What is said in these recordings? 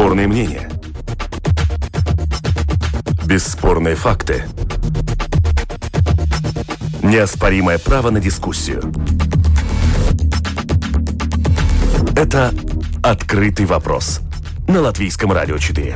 Бесспорные мнения. Бесспорные факты. Неоспоримое право на дискуссию. Это «Открытый вопрос» на Латвийском радио 4.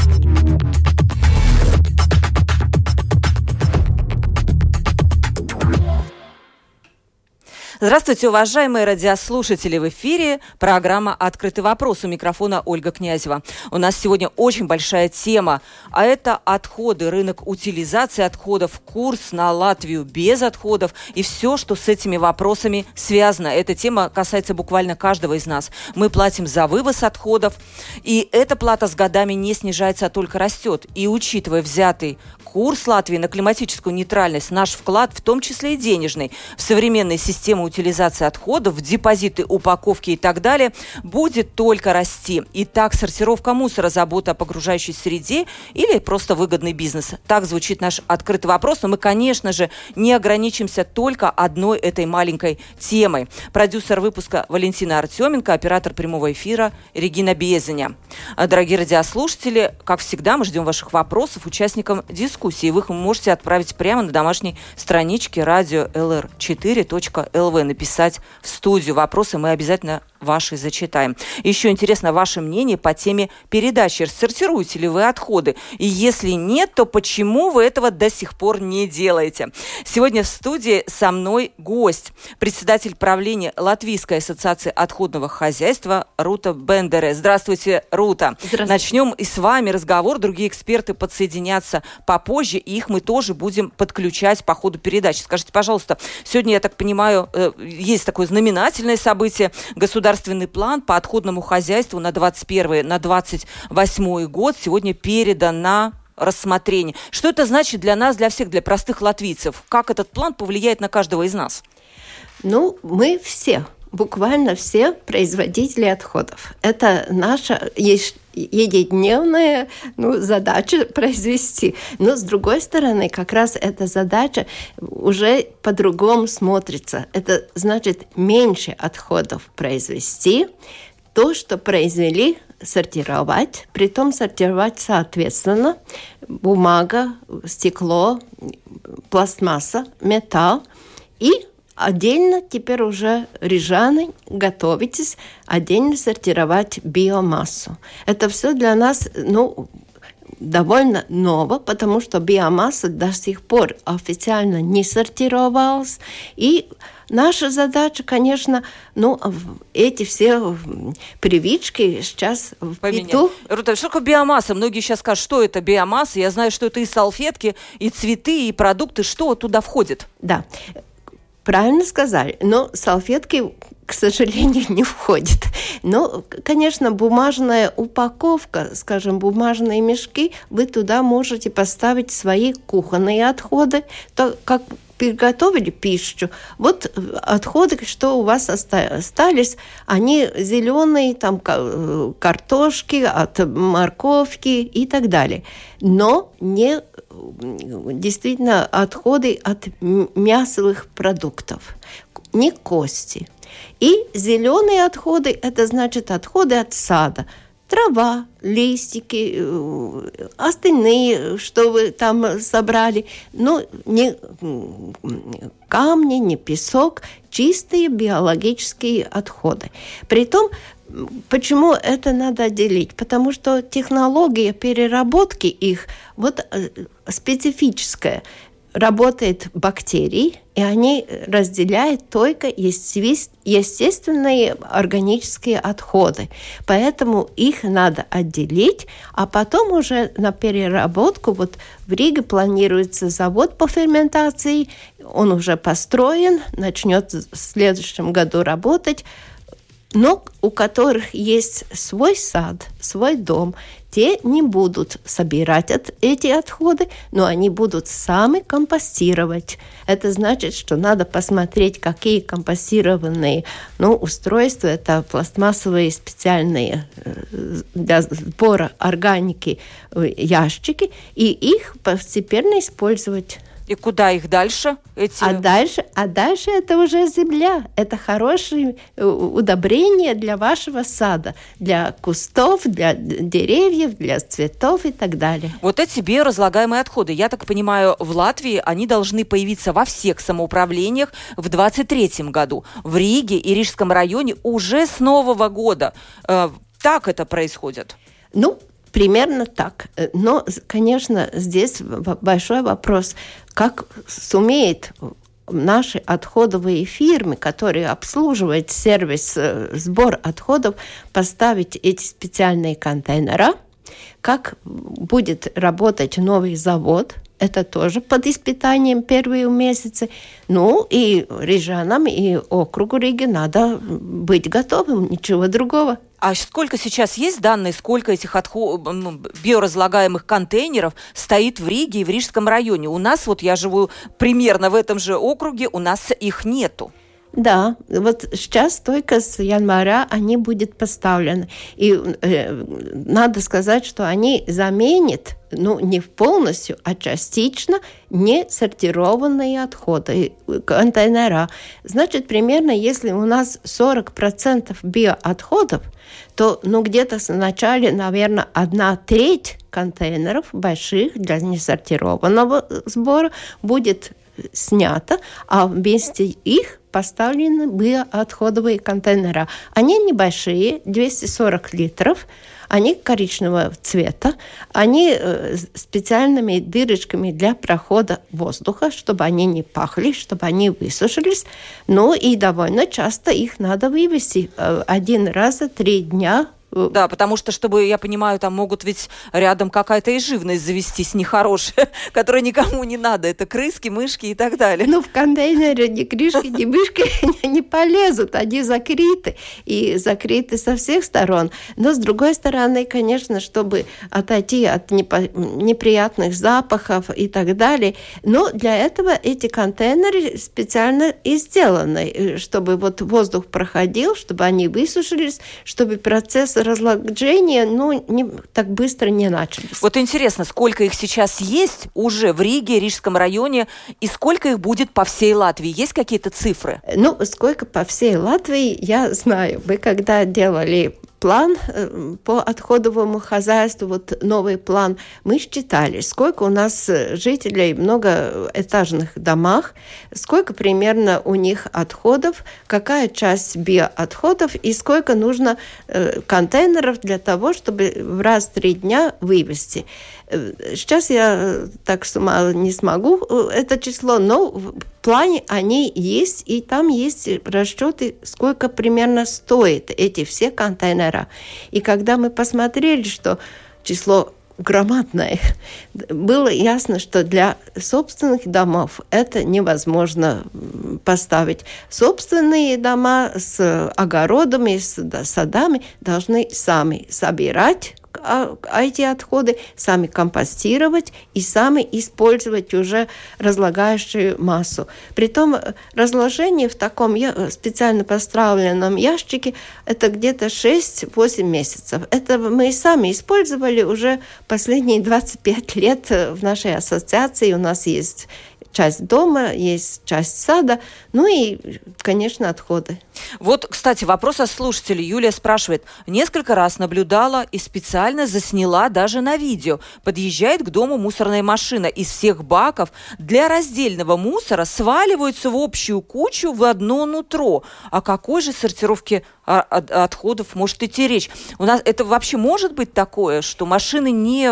Здравствуйте, уважаемые радиослушатели! В эфире программа «Открытый вопрос». У микрофона Ольга Князева. У нас сегодня очень большая тема, а это отходы, рынок утилизации отходов, курс на Латвию без отходов и все, что с этими вопросами связано. Эта тема касается буквально каждого из нас. Мы платим за вывоз отходов, и эта плата с годами не снижается, а только растет. И учитывая взятый курс Латвии на климатическую нейтральность, наш вклад, в том числе и денежный, в современную систему утилизации отходов, в депозиты, упаковки и так далее, будет только расти. Итак, сортировка мусора, забота о погружающей среде или просто выгодный бизнес? Так звучит наш открытый вопрос, но мы, конечно же, не ограничимся только одной этой маленькой темой. Продюсер выпуска Валентина Артеменко, оператор прямого эфира Регина Безеня. Дорогие радиослушатели, как всегда, мы ждем ваших вопросов участникам дискуссии. Вы их можете отправить прямо на домашней страничке радио lr4.lv, написать в студию вопросы, мы обязательно ваши зачитаем. Еще интересно ваше мнение по теме передачи. Сортируете ли вы отходы? И если нет, то почему вы этого до сих пор не делаете? Сегодня в студии со мной гость, председатель правления Латвийской ассоциации отходного хозяйства Рута Бендере. Здравствуйте, Рута. Здравствуйте. Начнем и с вами разговор. Другие эксперты подсоединятся попозже, и их мы тоже будем подключать по ходу передачи. Скажите, пожалуйста, сегодня, я так понимаю, есть такое знаменательное событие, государственный план по отходному хозяйству на 21-28 год сегодня передан на рассмотрение. Что это значит для нас, для всех, для простых латвийцев? Как этот план повлияет на каждого из нас? Ну, мы все, буквально все производители отходов. Это наша ежедневная задача произвести. Но, с другой стороны, как раз эта задача уже по-другому смотрится. Это значит меньше отходов произвести, то, что произвели, сортировать, притом сортировать соответственно бумага, стекло, пластмасса, металл и отдельно теперь уже рижане, готовитесь отдельно сортировать биомассу. Это все для нас, довольно ново, потому что биомасса до сих пор официально не сортировалась. И наша задача, конечно, эти все привычки сейчас ввиду. Рута, что такое биомасса? Многие сейчас скажут, что это биомасса. Я знаю, что это и салфетки, и цветы, и продукты. Что туда входит? Да. Правильно сказали, но салфетки, к сожалению, не входят. Но, конечно, бумажная упаковка, скажем, бумажные мешки, вы туда можете поставить свои кухонные отходы, то, как приготовили пищу. Вот отходы, что у вас остались, они зеленые, там картошки, от морковки и так далее. Но не действительно отходы от мясовых продуктов, не кости. И зеленые отходы, это значит отходы от сада. Трава, листики, остальные, что вы там собрали. Не камни, не песок, чистые биологические отходы. Притом, почему это надо отделить? Потому что технология переработки их специфическая. Работают бактерии, и они разделяют только естественные органические отходы. Поэтому их надо отделить, а потом уже на переработку. Вот в Риге планируется завод по ферментации, он уже построен, начнет в следующем году работать. Но у которых есть свой сад, свой дом, те не будут собирать эти отходы, но они будут сами компостировать. Это значит, что надо посмотреть, какие компостированные устройства, это пластмассовые специальные для сбора органики ящики, и их постепенно использовать. И куда их дальше? А дальше это уже земля. Это хорошее удобрение для вашего сада, для кустов, для деревьев, для цветов и так далее. Вот эти биоразлагаемые отходы, я так понимаю, в Латвии они должны появиться во всех самоуправлениях в 2023 году. В Риге и Рижском районе уже с Нового года. Так это происходит? Примерно так. Но, конечно, здесь большой вопрос, как сумеет наши отходовые фирмы, которые обслуживают сервис сбор отходов, поставить эти специальные контейнеры, как будет работать новый завод. Это тоже под испытанием первые месяцы. И рижанам, и округу Риги надо быть готовым, ничего другого. А сколько сейчас есть данные, сколько этих биоразлагаемых контейнеров стоит в Риге и в Рижском районе? У нас, я живу примерно в этом же округе, у нас их нету. Да, вот сейчас только с января они будут поставлены. И надо сказать, что они заменят, не полностью, а частично не сортированные отходы, контейнера. Значит, примерно, если у нас 40% биоотходов, то где-то сначала, наверное, 1/3 контейнеров больших для несортированного сбора будет снято, а вместе их поставлены биоотходовые контейнера. Они небольшие, 240 литров, они коричневого цвета, они специальными дырочками для прохода воздуха, чтобы они не пахли, чтобы они высушились. И довольно часто их надо вывести 1 раз в 3 дня. Да, потому что, чтобы, я понимаю, там могут ведь рядом какая-то и живность завестись нехорошая, которая никому не надо. Это крыски, мышки и так далее. В контейнере ни крышки, ни мышки не полезут. Они закрыты. И закрыты со всех сторон. Но, с другой стороны, конечно, чтобы отойти от неприятных запахов и так далее. Но для этого эти контейнеры специально и сделаны, чтобы воздух проходил, чтобы они высушились, чтобы процесс разложения не так быстро не начались. Вот интересно, сколько их сейчас есть уже в Риге, Рижском районе, и сколько их будет по всей Латвии? Есть какие-то цифры? Сколько по всей Латвии, я знаю. Мы когда делали план по отходовому хозяйству, новый план, мы считали, сколько у нас жителей в многоэтажных домах, сколько примерно у них отходов, какая часть биоотходов и сколько нужно контейнеров для того, чтобы в раз в 3 дня вывести. Сейчас я так с ума не смогу это число, но в плане они есть, и там есть расчеты, сколько примерно стоят эти все контейнеры. И когда мы посмотрели, что число громадное, было ясно, что для собственных домов это невозможно поставить. Собственные дома с огородами, с садами должны сами собирать эти отходы, сами компостировать и сами использовать уже разлагающую массу. Притом разложение в таком специально поставленном ящике это где-то 6-8 месяцев. Это мы сами использовали уже последние 25 лет в нашей ассоциации. У нас есть часть дома, есть часть сада, и, конечно, отходы. Кстати, вопрос от слушателя. Юлия спрашивает. Несколько раз наблюдала и специально засняла даже на видео. Подъезжает к дому мусорная машина. Из всех баков для раздельного мусора сваливаются в общую кучу в одно нутро. О какой же сортировке отходов может идти речь? У нас это вообще может быть такое, что машины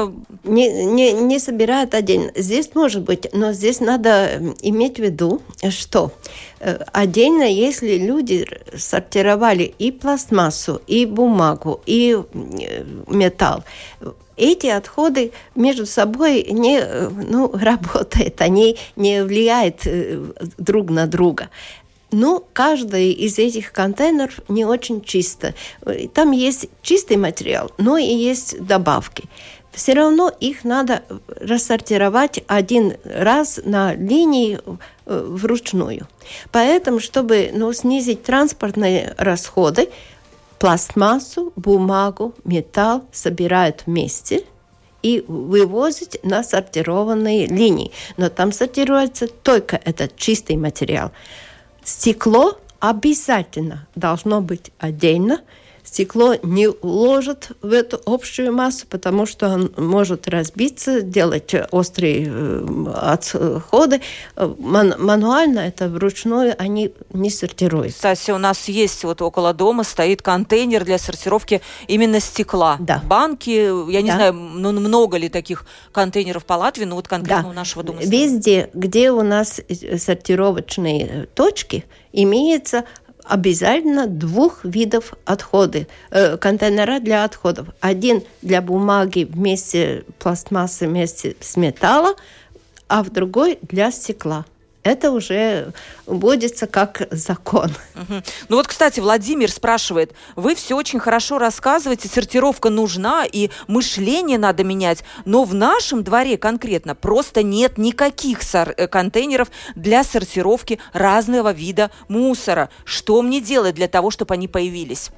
не собирают отдельно? Здесь может быть, но здесь надо иметь в виду, что отдельно, если люди сортировали и пластмассу, и бумагу, и металл, эти отходы между собой не работают, они не влияют друг на друга. Каждый из этих контейнеров не очень чисто. Там есть чистый материал, но и есть добавки. Все равно их надо рассортировать 1 раз на линии вручную. Поэтому, чтобы снизить транспортные расходы, пластмассу, бумагу, металл собирают вместе и вывозить на сортированные линии. Но там сортируется только этот чистый материал. Стекло обязательно должно быть отдельно. Стекло не уложат в эту общую массу, потому что он может разбиться, делать острые отходы. Мануально это вручную они не сортируют. Кстати, у нас есть вот около дома стоит контейнер для сортировки именно стекла. Да. Банки, я не знаю, много ли таких контейнеров по Латвии, но вот конкретно у нашего дома стоит. Везде, где у нас сортировочные точки, имеется обязательно 2 видов отходы, контейнера для отходов. Один для бумаги вместе пластмассы, вместе с металлом, а в другой для стекла. Это уже вводится как закон. Ну вот, кстати, Владимир спрашивает, вы все очень хорошо рассказываете, сортировка нужна и мышление надо менять, но в нашем дворе конкретно просто нет никаких контейнеров для сортировки разного вида мусора. Что мне делать для того, чтобы они появились?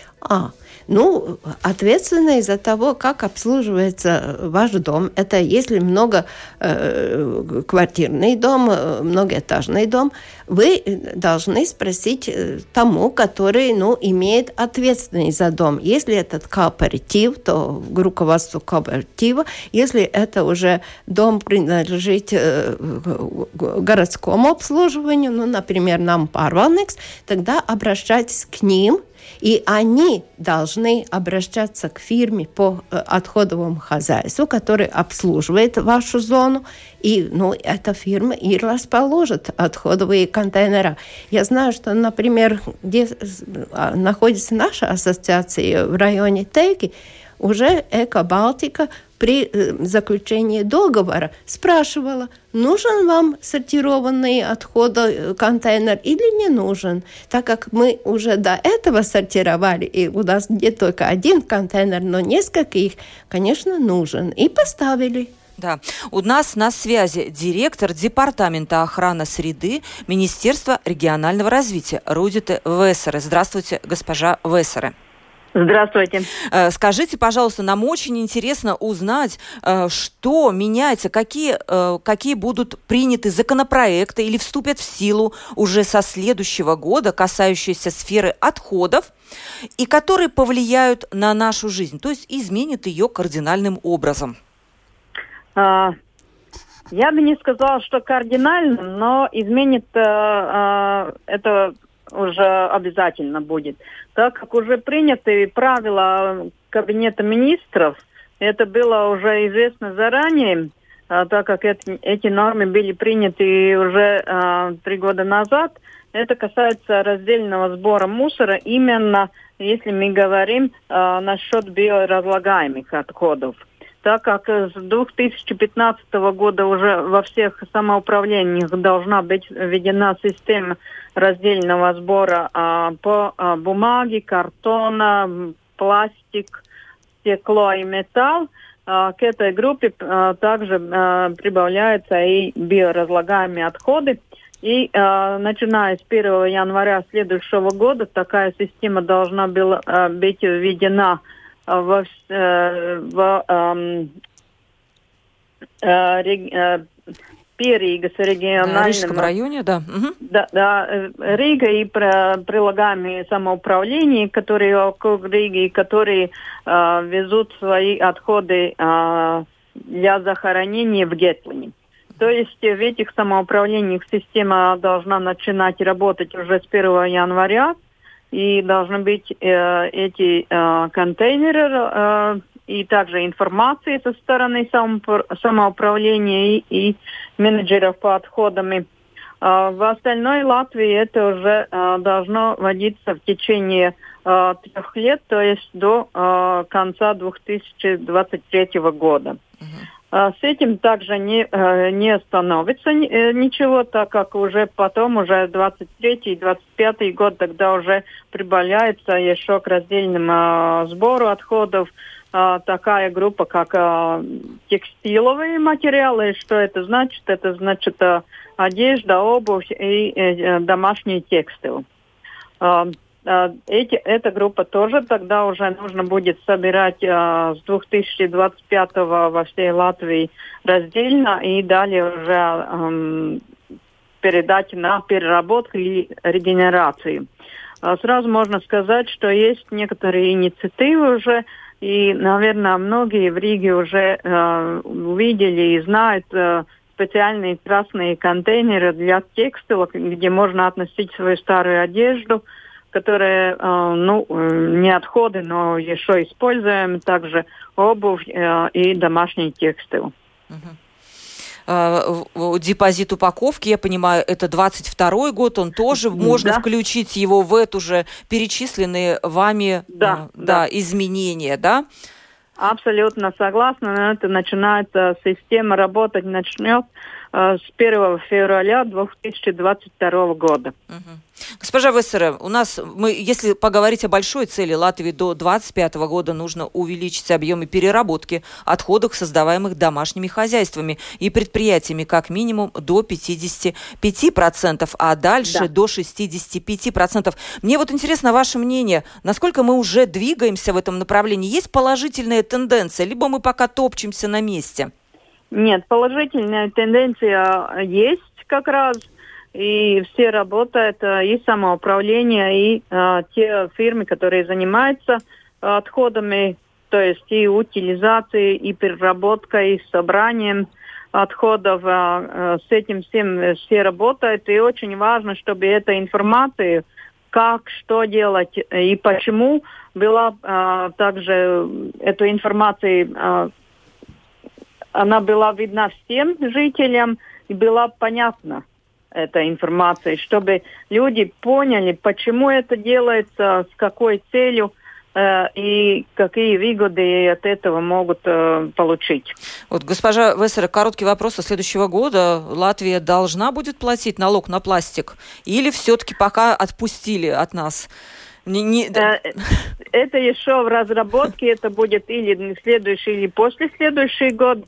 Ответственный за того, как обслуживается ваш дом. Это если многоквартирный дом, многоэтажный дом, вы должны спросить тому, который имеет ответственность за дом. Если этот кооператив, то к руководству кооператива. Если это уже дом принадлежит городскому обслуживанию, например, нам Pārvaldnieks, тогда обращайтесь к ним, и они должны обращаться к фирме по отходовому хозяйству, которая обслуживает вашу зону, и эта фирма и расположит отходовые контейнера. Я знаю, что, например, где находится наша ассоциация в районе Тейки, уже Эко-Балтика при заключении договора спрашивала, нужен вам сортированный отходы контейнер или не нужен. Так как мы уже до этого сортировали, и у нас не только один контейнер, но несколько их, конечно, нужен. И поставили. Да, у нас на связи директор Департамента охраны среды Министерства регионального развития Рудите Весере. Здравствуйте, госпожа Весере. Здравствуйте. Скажите, пожалуйста, нам очень интересно узнать, что меняется, какие будут приняты законопроекты или вступят в силу уже со следующего года, касающиеся сферы отходов, и которые повлияют на нашу жизнь, то есть изменят ее кардинальным образом. Я бы не сказала, что кардинально, но изменит это уже обязательно будет. Так как уже приняты правила Кабинета министров, это было уже известно заранее, так как эти нормы были приняты уже 3 года назад. Это касается раздельного сбора мусора, именно если мы говорим насчет биоразлагаемых отходов. Так как с 2015 года уже во всех самоуправлениях должна быть введена система раздельного сбора по бумаге, картона, пластик, стекло и металл, к этой группе также прибавляются и биоразлагаемые отходы. И начиная с 1 января следующего года такая система должна была быть введена в Рīgas региональном... Рижском районе, да. Да, Рига и прилагаемые самоуправления, которые около Риги, которые везут свои отходы для захоронения в Гетлине. То есть в этих самоуправлениях система должна начинать работать уже с 1 января, и должны быть эти контейнеры и также информация со стороны самоуправления и менеджеров по отходам. В остальной Латвии это уже должно вводиться в течение 3 лет, то есть до конца 2023 года. С этим также не остановится ничего, так как уже потом, уже 23 и 25 год, тогда уже прибавляется еще к раздельному сбору отходов такая группа, как текстиловые материалы. Что это значит? Это значит одежда, обувь и домашний текстиль. Эта группа тоже тогда уже нужно будет собирать с 2025 во всей Латвии раздельно и далее уже передать на переработку и регенерацию. Сразу можно сказать, что есть некоторые инициативы уже, и, наверное, многие в Риге уже увидели и знают специальные красные контейнеры для текстиля, где можно относить свою старую одежду, которые, не отходы, но еще используем, также обувь и домашний текстиль. Депозит упаковки, я понимаю, это 22-й год, он тоже, можно включить его в эту же перечисленные вами изменения, да? Абсолютно согласна. Это начинается, система работать начнет с 1 февраля 2022 года. Госпожа Вессере, если поговорить о большой цели Латвии, до 2025 года нужно увеличить объемы переработки отходов, создаваемых домашними хозяйствами и предприятиями, как минимум до 55%, а дальше до 65%. Мне вот интересно ваше мнение, насколько мы уже двигаемся в этом направлении? Есть положительная тенденция, либо мы пока топчемся на месте? Нет, положительная тенденция есть как раз. И все работают, и самоуправление, и те фирмы, которые занимаются отходами, то есть и утилизацией, и переработкой, и собранием отходов. С этим всем все работают. И очень важно, чтобы эта информация, как, что делать и почему, была также, эту информацию, она была видна всем жителям и была понятна. Эта информация, чтобы люди поняли, почему это делается, с какой целью и какие выгоды от этого могут получить. Вот, госпожа Вессере, короткий вопрос. Со следующего года Латвия должна будет платить налог на пластик? Или все-таки пока отпустили от нас? Это еще в разработке. Это будет или следующий, или после следующий год.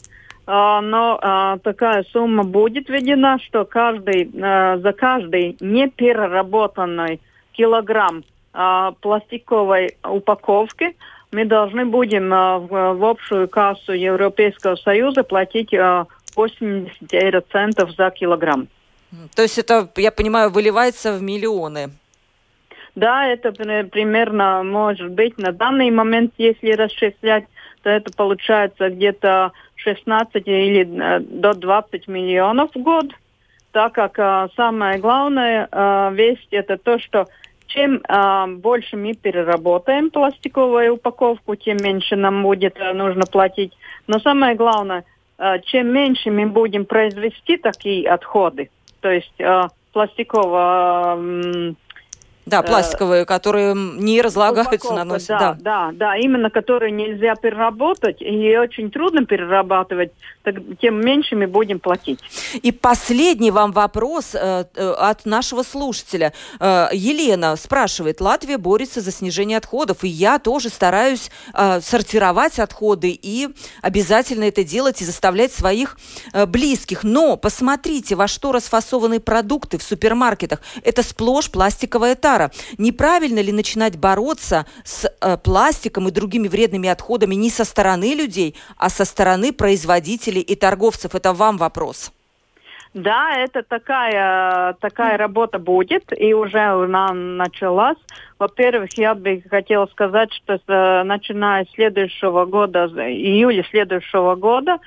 Но такая сумма будет введена, что за каждый непереработанный килограмм пластиковой упаковки мы должны будем в общую кассу Европейского Союза платить 80 евроцентов за килограмм. То есть это, я понимаю, выливается в миллионы? Да, это примерно может быть на данный момент, если расчислять, то это получается где-то 16 или до 20 миллионов в год, так как самое главное весть это то, что чем больше мы переработаем пластиковую упаковку, тем меньше нам будет нужно платить. Но самое главное, чем меньше мы будем произвести такие отходы, то есть пластикового... Да, пластиковые, которые не разлагаются, наносят. Да, именно которые нельзя переработать, и очень трудно перерабатывать, тем меньше мы будем платить. И последний вам вопрос от нашего слушателя. Елена спрашивает, Латвия борется за снижение отходов, и я тоже стараюсь сортировать отходы и обязательно это делать и заставлять своих близких. Но посмотрите, во что расфасованы продукты в супермаркетах. Это сплошь пластиковая тара. Неправильно ли начинать бороться с пластиком и другими вредными отходами не со стороны людей, а со стороны производителей и торговцев? Это вам вопрос. Да, это такая работа будет, и уже она началась. Во-первых, я бы хотела сказать, что начиная с следующего года, июля следующего года,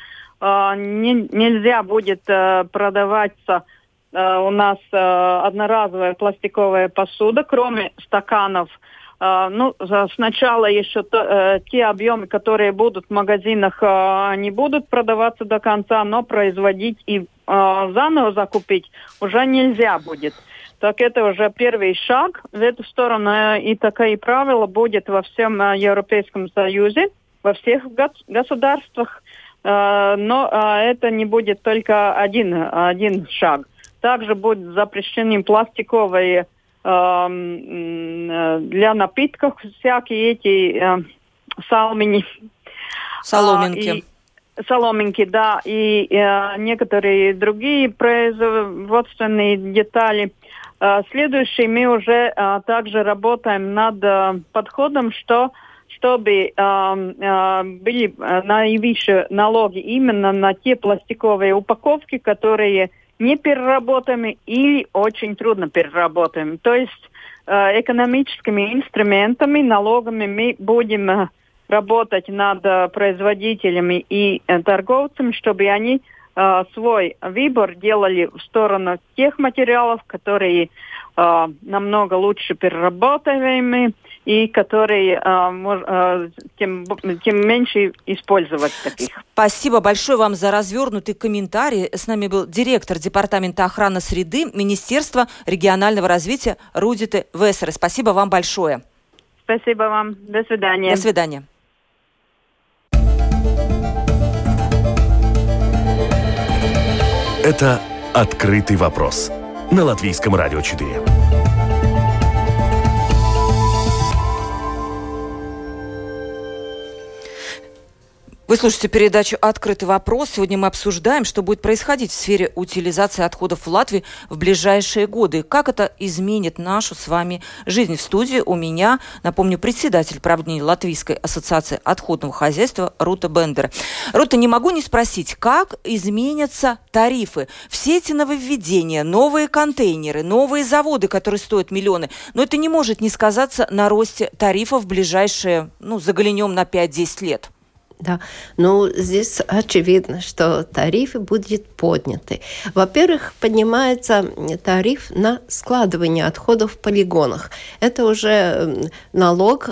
нельзя будет продаваться у нас одноразовая пластиковая посуда, кроме стаканов. Сначала еще те объемы, которые будут в магазинах, не будут продаваться до конца, но производить и заново закупить уже нельзя будет. Так это уже первый шаг в эту сторону, и такие правила будет во всем Европейском Союзе, во всех государствах, но это не будет только один шаг. Также будут запрещены пластиковые для напитков всякие эти соломинки. Соломинки, да, и некоторые другие производственные детали. Следующий мы уже также работаем над подходом, чтобы были наивысшие налоги именно на те пластиковые упаковки, которые не переработаемы или очень трудно переработаемы. То есть экономическими инструментами, налогами мы будем работать над производителями и торговцами, чтобы они свой выбор делали в сторону тех материалов, которые намного лучше переработаемы и которые тем меньше использовать таких. Спасибо большое вам за развернутый комментарий. С нами был директор Департамента охраны среды Министерства регионального развития Рудите Весере. Спасибо вам большое. Спасибо вам. До свидания. До свидания. Это «Открытый вопрос» на Латвийском радио 4. Вы слушаете передачу «Открытый вопрос». Сегодня мы обсуждаем, что будет происходить в сфере утилизации отходов в Латвии в ближайшие годы. Как это изменит нашу с вами жизнь. В студии у меня, напомню, председатель правления Латвийской ассоциации отходного хозяйства Рута Бендера. Рута, не могу не спросить, как изменятся тарифы? Все эти нововведения, новые контейнеры, новые заводы, которые стоят миллионы. Но это не может не сказаться на росте тарифов в ближайшие, заглянем на 5-10 лет. Да, здесь очевидно, что тарифы будут подняты. Во-первых, поднимается тариф на складывание отходов в полигонах. Это уже налог,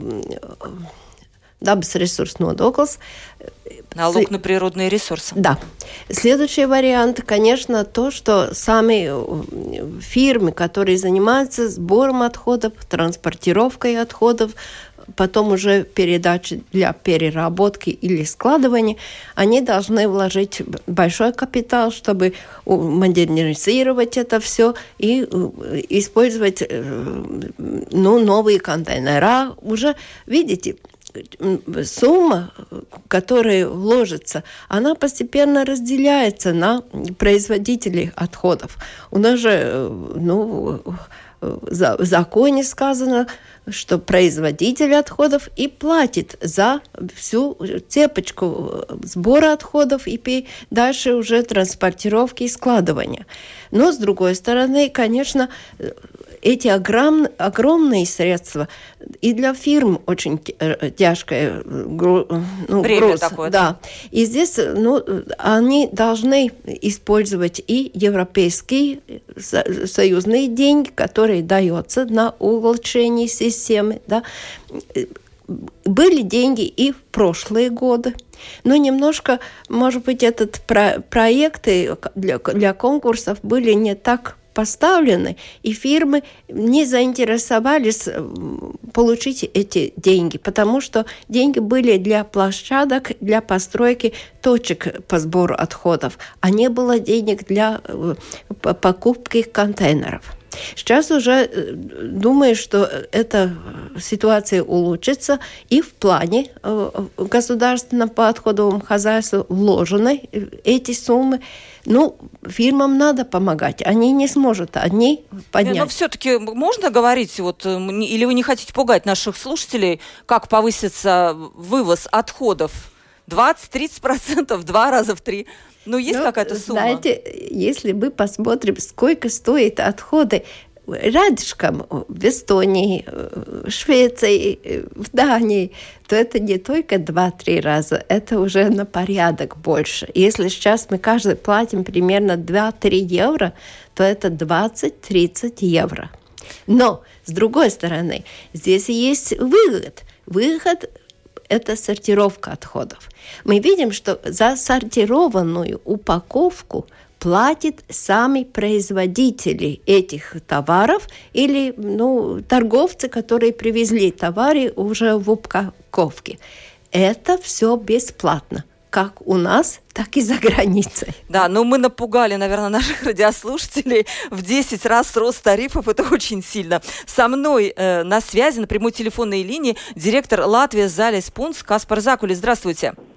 dabas resursu nodoklis. Налог на природные ресурсы. Да. Следующий вариант, конечно, то, что сами фирмы, которые занимаются сбором отходов, транспортировкой отходов, потом уже передачи для переработки или складывания, они должны вложить большой капитал, чтобы модернизировать это все и использовать новые контейнера. Уже, видите, сумма, которая вложится, она постепенно разделяется на производителей отходов. У нас же в законе сказано, что производитель отходов и платит за всю цепочку сбора отходов и дальше уже транспортировки и складывания. Но, с другой стороны, конечно, эти огромные средства и для фирм очень тяжкое груз. Такое, да. И здесь они должны использовать и европейские союзные деньги, которые даются на улучшение системы. Да. Были деньги и в прошлые годы. Но немножко, может быть, проекты для конкурсов были не так поставлены, и фирмы не заинтересовались получить эти деньги, потому что деньги были для площадок, для постройки точек по сбору отходов, а не было денег для покупки контейнеров. Сейчас уже думаю, что эта ситуация улучшится, и в плане государственного по отходовому хозяйству вложены эти суммы. Фирмам надо помогать, они не смогут одни поднять. Но все-таки можно говорить, или вы не хотите пугать наших слушателей, как повысится вывоз отходов? 20-30%, в 2 раза, в 3? Есть какая-то сумма? Знаете, если мы посмотрим, сколько стоят отходы рядышком в Эстонии, в Швеции, в Дании, то это не только 2-3 раза, это уже на порядок больше. Если сейчас мы каждый платим примерно 2-3 евро, то это 20-30 евро. Но, с другой стороны, здесь есть выход. Выход – это сортировка отходов. Мы видим, что за сортированную упаковку платят сами производители этих товаров или торговцы, которые привезли товары уже в упаковке. Это все бесплатно, как у нас, так и за границей. Да, мы напугали, наверное, наших радиослушателей в 10 раз рост тарифов. Это очень сильно. Со мной на связи, на прямой телефонной линии, директор Латвии Залес Пунс Каспар Закулис. Здравствуйте.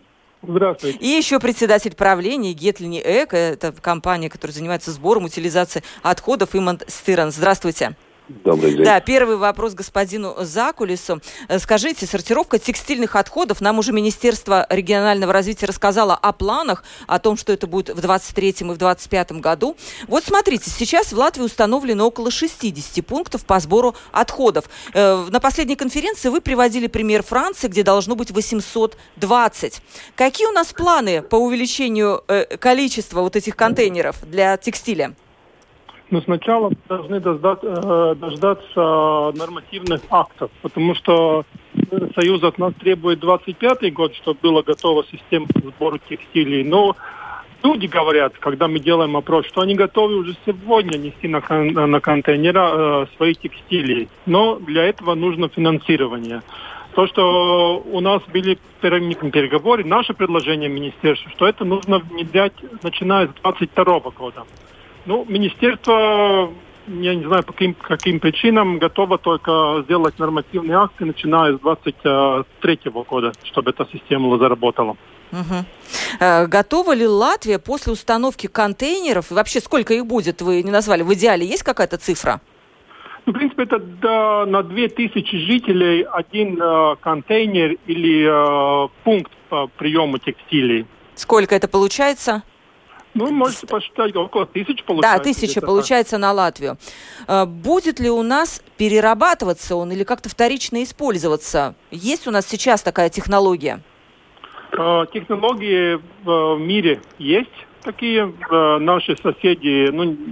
Здравствуйте. И еще председатель правления Гетлини Эко, это компания, которая занимается сбором, утилизацией отходов, Имант Стиранс. Здравствуйте. Добрый день. Да, первый вопрос господину Закулису. Скажите, сортировка текстильных отходов, нам уже Министерство регионального развития рассказало о планах, о том, что это будет в 2023 и в 2025 году. Вот смотрите, сейчас в Латвии установлено около 60 пунктов по сбору отходов. На последней конференции вы приводили пример Франции, где должно быть 820. Какие у нас планы по увеличению количества вот этих контейнеров для текстиля? Но сначала должны дождаться нормативных актов, потому что Союз от нас требует 25-й год, чтобы была готова система сбора текстилей. Но люди говорят, когда мы делаем опрос, что они готовы уже сегодня нести на контейнера свои текстили. Но для этого нужно финансирование. То, что у нас были переговоры, наше предложение министерству, что это нужно внедрять начиная с 2022 года. Ну, министерство, я не знаю, по каким причинам, готово только сделать нормативные акты, начиная с 2023 года, чтобы эта система заработала. Угу. Готова ли Латвия после установки контейнеров, и вообще сколько их будет, вы не назвали, в идеале есть какая-то цифра? Ну, в принципе, это на 2000 жителей один контейнер или пункт по приему текстилей. Сколько это получается? Ну, можете посчитать, около 1000 получается. Да, 1000 получается на Латвию. Будет ли у нас перерабатываться он или как-то вторично использоваться? Есть у нас сейчас такая технология? Технологии в мире есть такие. Наши соседи,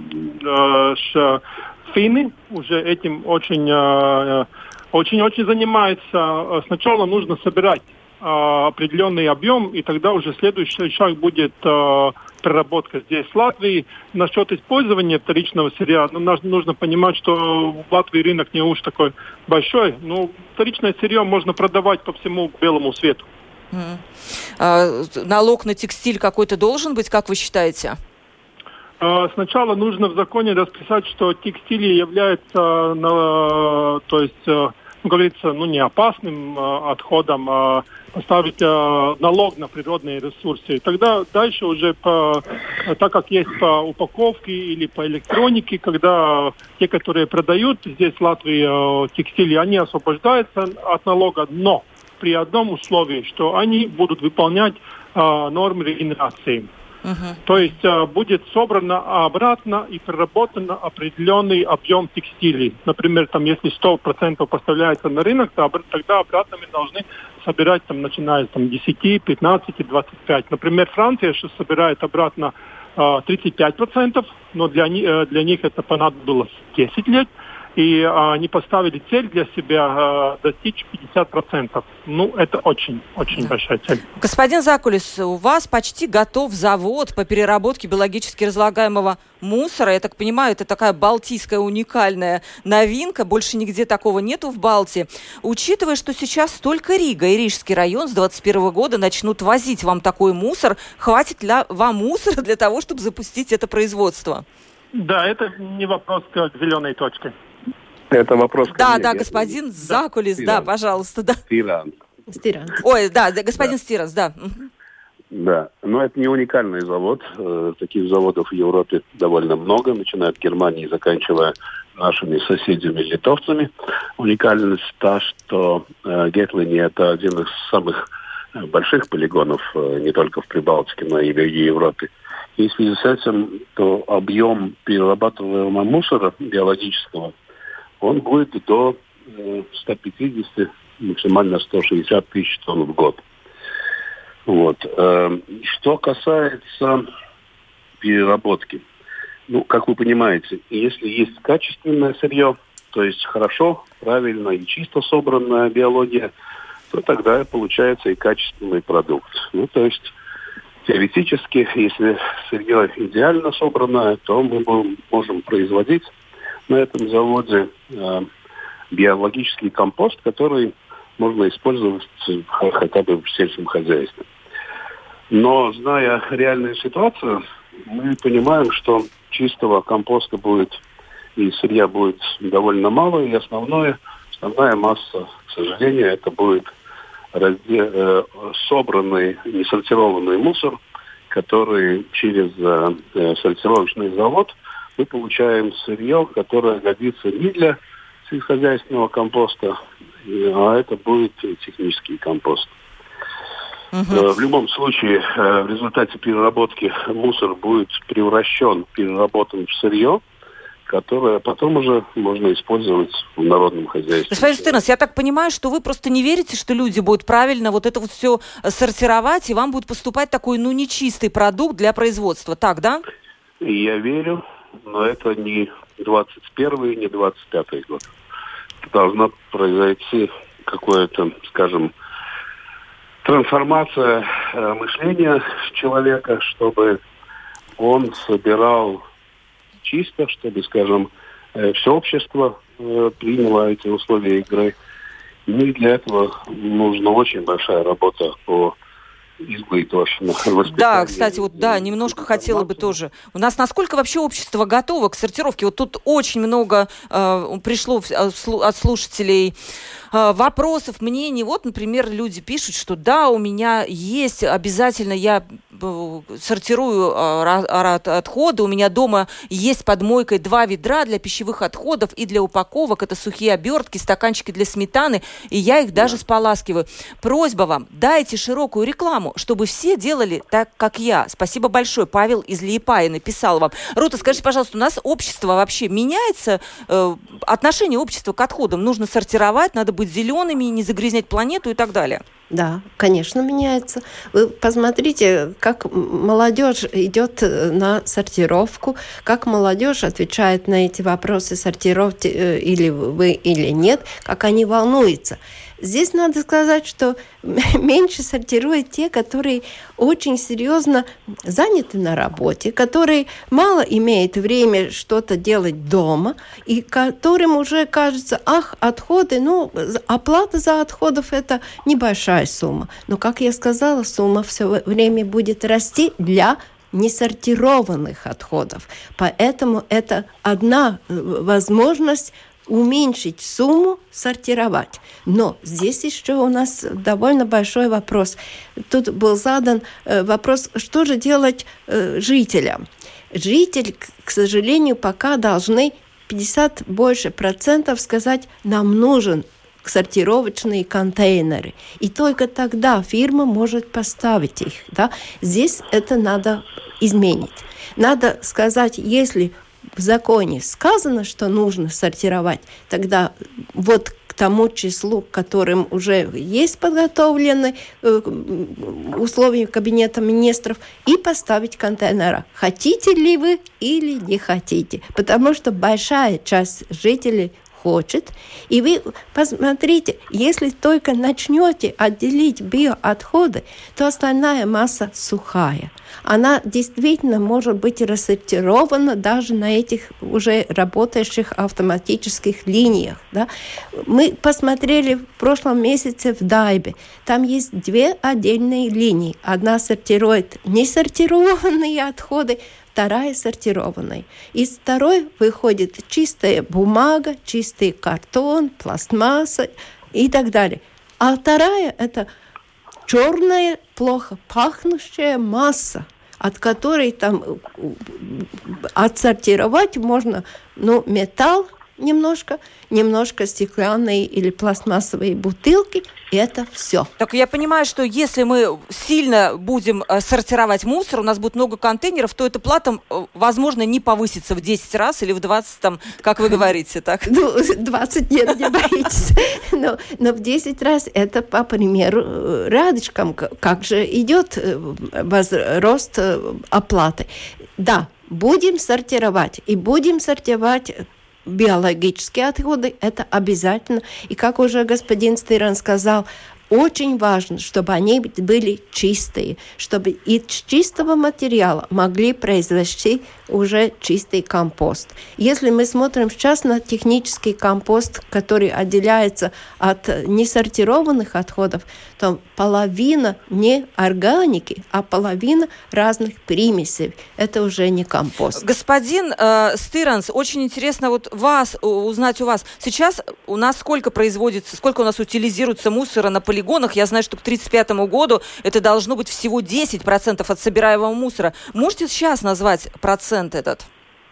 финны, уже этим очень занимаются. Сначала нужно собирать определенный объем, и тогда уже следующий шаг будет проработка здесь, в Латвии. Насчет использования вторичного сырья, нужно понимать, что в Латвии рынок не уж такой большой, но вторичное сырье можно продавать по всему белому свету. Налог на текстиль какой-то должен быть, как вы считаете? Сначала нужно в законе расписать, что текстили являются, не опасным отходом, а поставить налог на природные ресурсы. Тогда дальше уже, так как есть по упаковке или по электронике, когда те, которые продают здесь в Латвии текстили, они освобождаются от налога, но при одном условии, что они будут выполнять нормы регенерации. То есть будет собрано обратно и переработано определенный объем текстилей. Например, если 100% поставляется на рынок, тогда обратно мы должны собирать, начиная с 10, 15, 25. Например, Франция сейчас собирает обратно 35%, но для них это понадобилось 10 лет. И они поставили цель для себя достичь 50%. Это очень большая цель. Господин Закулис, у вас почти готов завод по переработке биологически разлагаемого мусора. Я так понимаю, это такая балтийская уникальная новинка. Больше нигде такого нету в Балтии. Учитывая, что сейчас только Рига и Рижский район с 2021 года начнут возить вам такой мусор, хватит ли вам мусора для того, чтобы запустить это производство? Да, это не вопрос к зеленой точке. Это вопрос ко мне. Да, господин Закулис, да, пожалуйста. Да. Стиранс. Ой, да, господин Стиранс, да. Да, но это не уникальный завод. Таких заводов в Европе довольно много, начиная от Германии, заканчивая нашими соседями-литовцами. Уникальность та, что Гетлини – это один из самых больших полигонов не только в Прибалтике, но и в Европе. И в связи с этим, то объем перерабатываемого мусора биологического он будет до 150, максимально 160 тысяч тонн в год. Что касается переработки. Как вы понимаете, если есть качественное сырье, то есть хорошо, правильно и чисто собранная биология, то тогда получается и качественный продукт. То есть теоретически, если сырье идеально собранное, то мы можем производить на этом заводе биологический компост, который можно использовать хотя бы в сельском хозяйстве. Но, зная реальную ситуацию, мы понимаем, что чистого компоста будет и сырья будет довольно мало, и основная масса, к сожалению, это будет собранный, несортированный мусор, который через сортировочный завод мы получаем сырье, которое годится не для сельскохозяйственного компоста, а это будет технический компост. В любом случае, в результате переработки мусор будет переработан в сырье, которое потом уже можно использовать в народном хозяйстве. Господин Стырнос, я так понимаю, что вы просто не верите, что люди будут правильно вот это вот все сортировать, и вам будет поступать такой, нечистый продукт для производства, так, да? Я верю, но это не 21-й, не 25-й год. Должна произойти какое-то, скажем, трансформация мышления человека, чтобы он собирал чисто, чтобы, скажем, все общество приняло эти условия игры. И для этого нужна очень большая работа по воспитанию. Да, кстати, немножко хотела бы тоже. У нас насколько вообще общество готово к сортировке? Вот тут очень много пришло от слушателей вопросов, мнений. Вот, например, люди пишут, что да, у меня есть, обязательно я сортирую отходы, у меня дома есть под мойкой 2 ведра для пищевых отходов и для упаковок, это сухие обертки, стаканчики для сметаны, и я их даже споласкиваю. Просьба вам, дайте широкую рекламу, чтобы все делали так, как я. Спасибо большое. Павел из Лиепая написал вам. Рута, скажите, пожалуйста, у нас общество вообще меняется? Отношение общества к отходам нужно сортировать, надо быть зелеными, не загрязнять планету и так далее. Да, конечно, меняется. Вы посмотрите, как молодежь идет на сортировку, как молодежь отвечает на эти вопросы, сортируете или вы, или нет, как они волнуются. Здесь надо сказать, что меньше сортируют те, которые очень серьезно заняты на работе, которые мало имеют время что-то делать дома, и которым уже кажется, отходы, оплата за отходов – это небольшая сумма. Но, как я сказала, сумма все время будет расти для несортированных отходов. Поэтому это одна возможность уменьшить сумму, сортировать. Но здесь еще у нас довольно большой вопрос. Тут был задан вопрос, что же делать жителям. Жители, к сожалению, пока должны 50% больше сказать, нам нужен сортировочные контейнеры. И только тогда фирма может поставить их. Да? Здесь это надо изменить. Надо сказать, если в законе сказано, что нужно сортировать, тогда вот к тому числу, которым уже есть подготовлены условия Кабинета министров, и поставить контейнера. Хотите ли вы или не хотите? Потому что большая часть жителей хочет. И вы посмотрите, если только начнете отделить биоотходы, то остальная масса сухая. Она действительно может быть рассортирована даже на этих уже работающих автоматических линиях. Да? Мы посмотрели в прошлом месяце в Дайбе. Там есть 2 отдельные линии. Одна сортирует несортированные отходы, вторая сортированная. Из второй выходит чистая бумага, чистый картон, пластмасса и так далее. А вторая – это черная, плохо пахнущая масса, от которой там отсортировать можно металл немножко стеклянные или пластмассовые бутылки, и это все. Так я понимаю, что если мы сильно будем сортировать мусор, у нас будет много контейнеров, то эта плата, возможно, не повысится в 10 раз или в 20, как вы говорите, так? 20 нет, не боитесь. Но в 10 раз это, по примеру, рядышком, как же идет рост оплаты. Да, будем сортировать, и будем сортировать биологические отходы, это обязательно. И как уже господин Стыран сказал, очень важно, чтобы они были чистые, чтобы из чистого материала могли произвести уже чистый компост. Если мы смотрим сейчас на технический компост, который отделяется от несортированных отходов, то половина не органики, а половина разных примесей. Это уже не компост. Господин Стиранс, очень интересно узнать у вас. Сейчас у нас сколько у нас утилизируется мусора на полигонах? Я знаю, что к 1935 году это должно быть всего 10% от собираемого мусора. Можете сейчас назвать процент этот?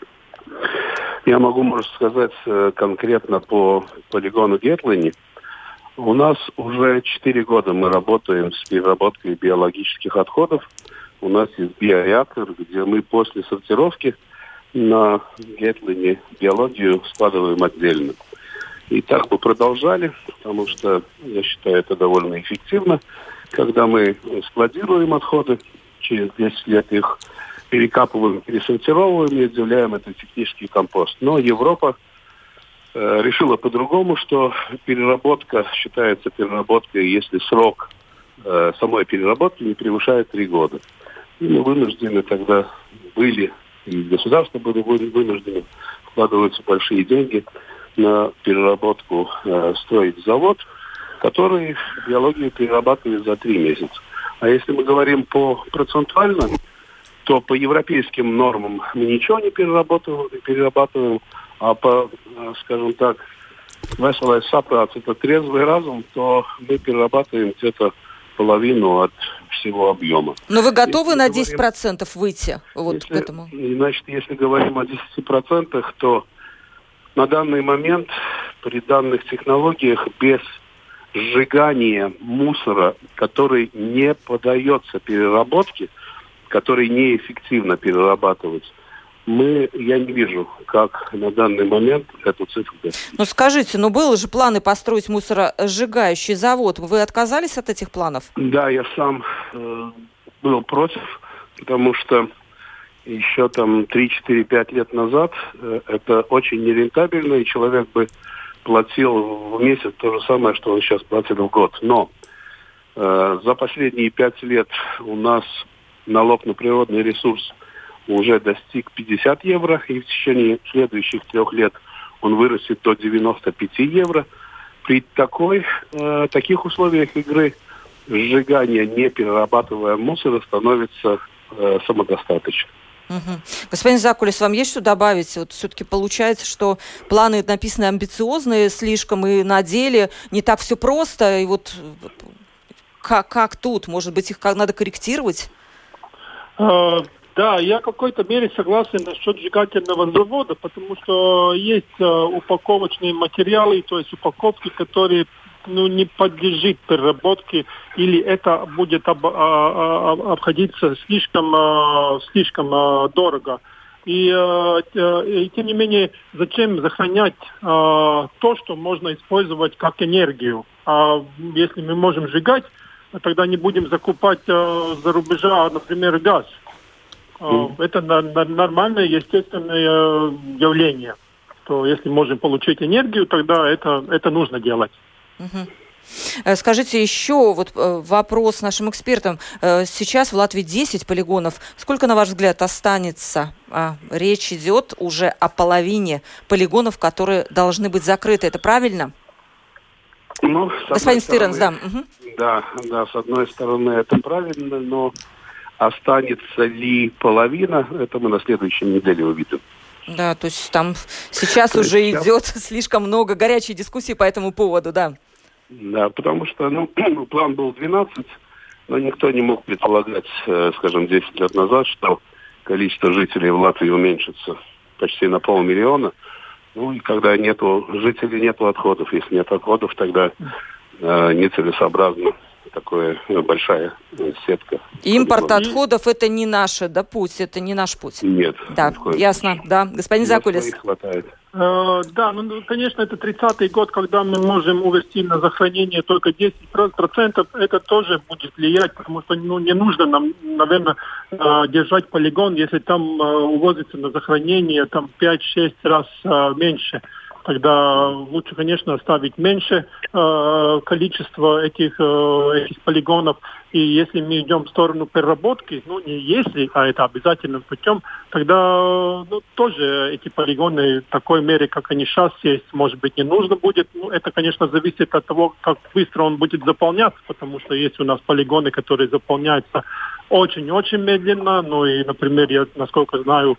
Я могу, может сказать, конкретно по полигону Гетлини. У нас уже 4 года мы работаем с переработкой биологических отходов. У нас есть биореактор, где мы после сортировки на Гетлине биологию складываем отдельно. И так бы продолжали, потому что я считаю это довольно эффективно. Когда мы складируем отходы, через 10 лет их перекапываем, пересортировываем и отделяем это в технический компост. Но Европа решила по-другому, что переработка считается переработкой, если срок самой переработки не превышает 3 года. И мы вынуждены тогда были, и государство были вынуждены вкладываться большие деньги на переработку, строить завод, который биологию перерабатывает за 3 месяца. А если мы говорим по процентуально, то по европейским нормам мы ничего не перерабатываем, а по, скажем так, веселая сапрация, это трезвый разум, то мы перерабатываем где-то половину от всего объема. Но вы готовы на 10% выйти к этому? Значит, если говорим о 10%, то на данный момент при данных технологиях без сжигания мусора, который не поддается переработке, который неэффективно перерабатывается, я не вижу, как на данный момент эту цифру. Ну скажите, были же планы построить мусоросжигающий завод. Вы отказались от этих планов? Да, я сам был против, потому что еще 3-4-5 лет назад это очень нерентабельно, и человек бы платил в месяц то же самое, что он сейчас платит в год. Но за последние 5 лет у нас налог на природный ресурс уже достиг 50 евро, и в течение следующих 3 лет он вырастет до 95 евро. При таких условиях игры сжигание неперерабатываемого мусора становится самодостаточным. Угу. Господин Закулис, вам есть что добавить? Все-таки получается, что планы написаны амбициозные слишком, и на деле не так все просто. И как тут? Может быть, их надо корректировать? Да, я в какой-то мере согласен насчет сжигательного завода, потому что есть упаковочные материалы, то есть упаковки, которые не подлежит переработке, или это будет обходиться слишком дорого. И тем не менее, зачем сохранять то, что можно использовать как энергию? А если мы можем сжигать, тогда не будем закупать за рубежа, например, газ. Это нормальное, естественное явление. То если можем получить энергию, тогда это нужно делать. Угу. Скажите еще вопрос нашим экспертам. Сейчас в Латвии 10 полигонов. Сколько, на ваш взгляд, останется? Речь идет уже о половине полигонов, которые должны быть закрыты. Это правильно? Господин Стиранс, да. Угу. Да, с одной стороны это правильно, но останется ли половина, это мы на следующей неделе увидим. Да, то есть там сейчас уже идет слишком много горячей дискуссии по этому поводу, да. Да, потому что план был 12, но никто не мог предполагать, скажем, 10 лет назад, что количество жителей в Латвии уменьшится почти на 500 000. И когда нету жителей, нету отходов. Если нет отходов, тогда нецелесообразно такая большая сетка. Импорт отходов – это не путь, это не наш путь. Нет. Да, ясно, да. Господин Закулис. Хватает. Да, конечно, это 30-й год, когда мы можем увезти на захоронение только 10%, это тоже будет влиять, потому что не нужно нам, наверное, держать полигон, если там увозится на захоронение 5-6 раз меньше. тогда лучше, конечно, оставить меньше количество этих полигонов. И если мы идем в сторону переработки, не если, а это обязательным путем, тогда тоже эти полигоны в такой мере, как они сейчас есть, может быть, не нужно будет. Это, конечно, зависит от того, как быстро он будет заполняться, потому что есть у нас полигоны, которые заполняются очень-очень медленно. И, например, я, насколько знаю,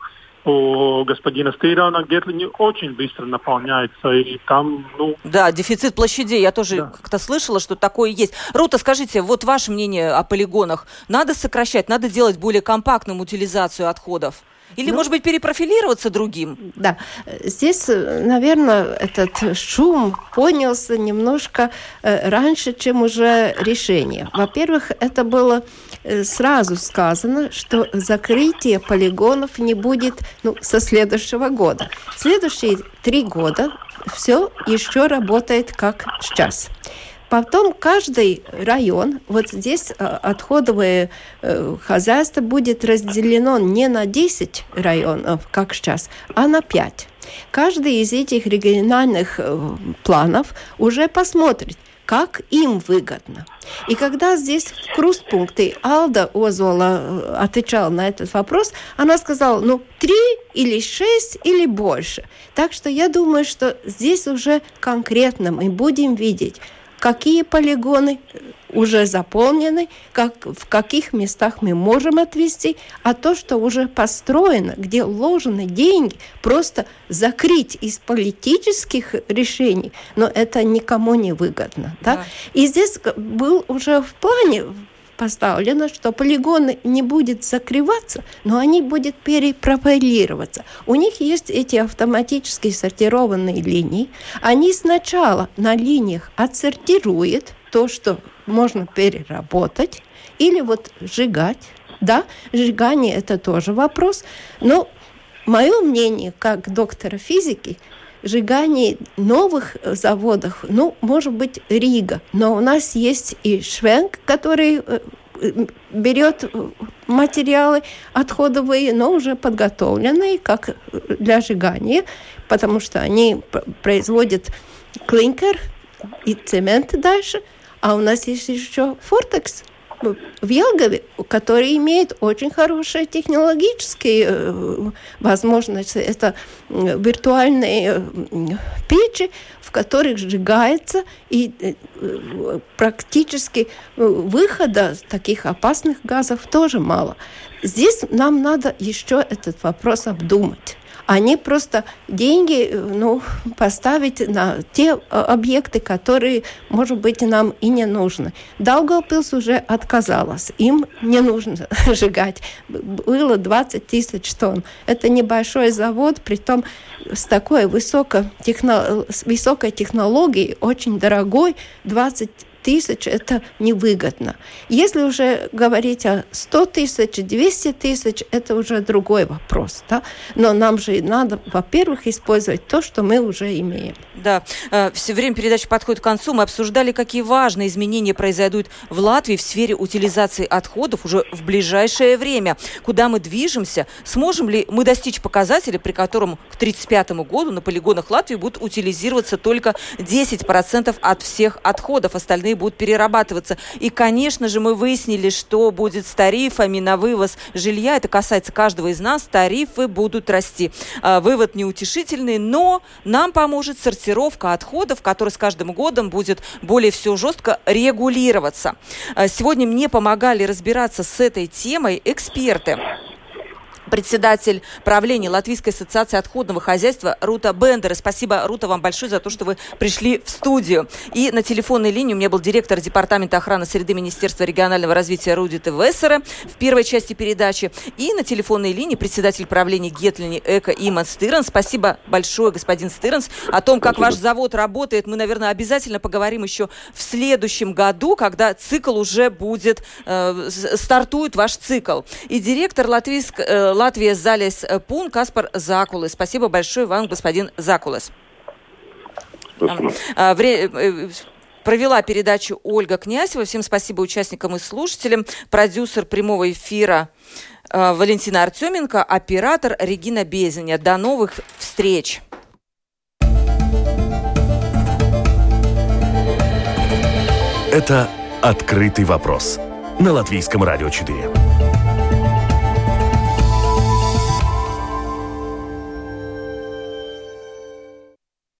у господина Стирана Гетлини очень быстро наполняется, и там, Да, дефицит площадей, я тоже как-то слышала, что такое есть. Рута, скажите, вот ваше мнение о полигонах. Надо сокращать, надо делать более компактным утилизацию отходов? Или, может быть, перепрофилироваться другим? Да, здесь, наверное, этот шум поднялся немножко раньше, чем уже решение. Во-первых, это было сразу сказано, что закрытие полигонов не будет со следующего года. Следующие 3 года все еще работает как сейчас. Потом каждый район, вот здесь отходовое хозяйство будет разделено не на 10 районов, как сейчас, а на 5. Каждый из этих региональных планов уже посмотрит, как им выгодно. И когда здесь в Крустпункте Алда Озола отвечала на этот вопрос, она сказала, 3 или 6 или больше. Так что я думаю, что здесь уже конкретно мы будем видеть, какие полигоны уже заполнены, в каких местах мы можем отвезти, а то, что уже построено, где вложены деньги, просто закрыть из политических решений, но это никому не выгодно. Да? И здесь был уже в плане поставлено, что полигоны не будут закрываться, но они будут перепрофилироваться. У них есть эти автоматически сортированные линии. Они сначала на линиях отсортируют то, что можно переработать, или сжигать. Да, сжигание – это тоже вопрос. Но мое мнение, как доктора физики, сжигание новых заводов, может быть, Рига. Но у нас есть и Швенк, который берет материалы отходовые, но уже подготовленные, как для сжигания, потому что они производят клинкер и цемент дальше. А у нас есть еще Фортекс в Елгове, который имеет очень хорошие технологические возможности. Это виртуальные печи, в которых сжигается, и практически выхода таких опасных газов тоже мало. Здесь нам надо еще этот вопрос обдумать. Они просто деньги поставить на те объекты, которые, может быть, нам и не нужны. Даугавпилс уже отказалась. Им не нужно сжигать. Было 20 тысяч тонн. Это небольшой завод, притом с такой высокой технологией, очень дорогой, 20 тысяч – это невыгодно. Если уже говорить о 100 тысяч, 200 тысяч, это уже другой вопрос. Да? Но нам же надо, во-первых, использовать то, что мы уже имеем. Да, все время передача подходит к концу. Мы обсуждали, какие важные изменения произойдут в Латвии в сфере утилизации отходов уже в ближайшее время. Куда мы движемся? Сможем ли мы достичь показателя, при котором к 1935 году на полигонах Латвии будут утилизироваться только 10% от всех отходов, остальные будут перерабатываться. И, конечно же, мы выяснили, что будет с тарифами на вывоз жилья. Это касается каждого из нас. Тарифы будут расти. Вывод неутешительный, но нам поможет сортировка отходов, которая с каждым годом будет более все жестко регулироваться. Сегодня мне помогали разбираться с этой темой эксперты. Председатель правления Латвийской ассоциации отходного хозяйства Рута Бендера. Спасибо, Рута, вам большое за то, что вы пришли в студию. И на телефонной линии у меня был директор Департамента охраны среды Министерства регионального развития Рудита Вессера в первой части передачи. И на телефонной линии председатель правления Гетлини Эко Иман Стиранс. Спасибо большое, господин Стиранс. О том, как ваш завод работает, мы, наверное, обязательно поговорим еще в следующем году, когда цикл уже будет, стартует ваш цикл. И директор Латвия Залес Пун Каспар Закулес. Спасибо большое вам, господин Закулес. Провела передачу Ольга Князева. Всем спасибо участникам и слушателям. Продюсер прямого эфира Валентина Артеменко, оператор Регина Безеня. До новых встреч! Это «Открытый вопрос» на Латвийском радио 4.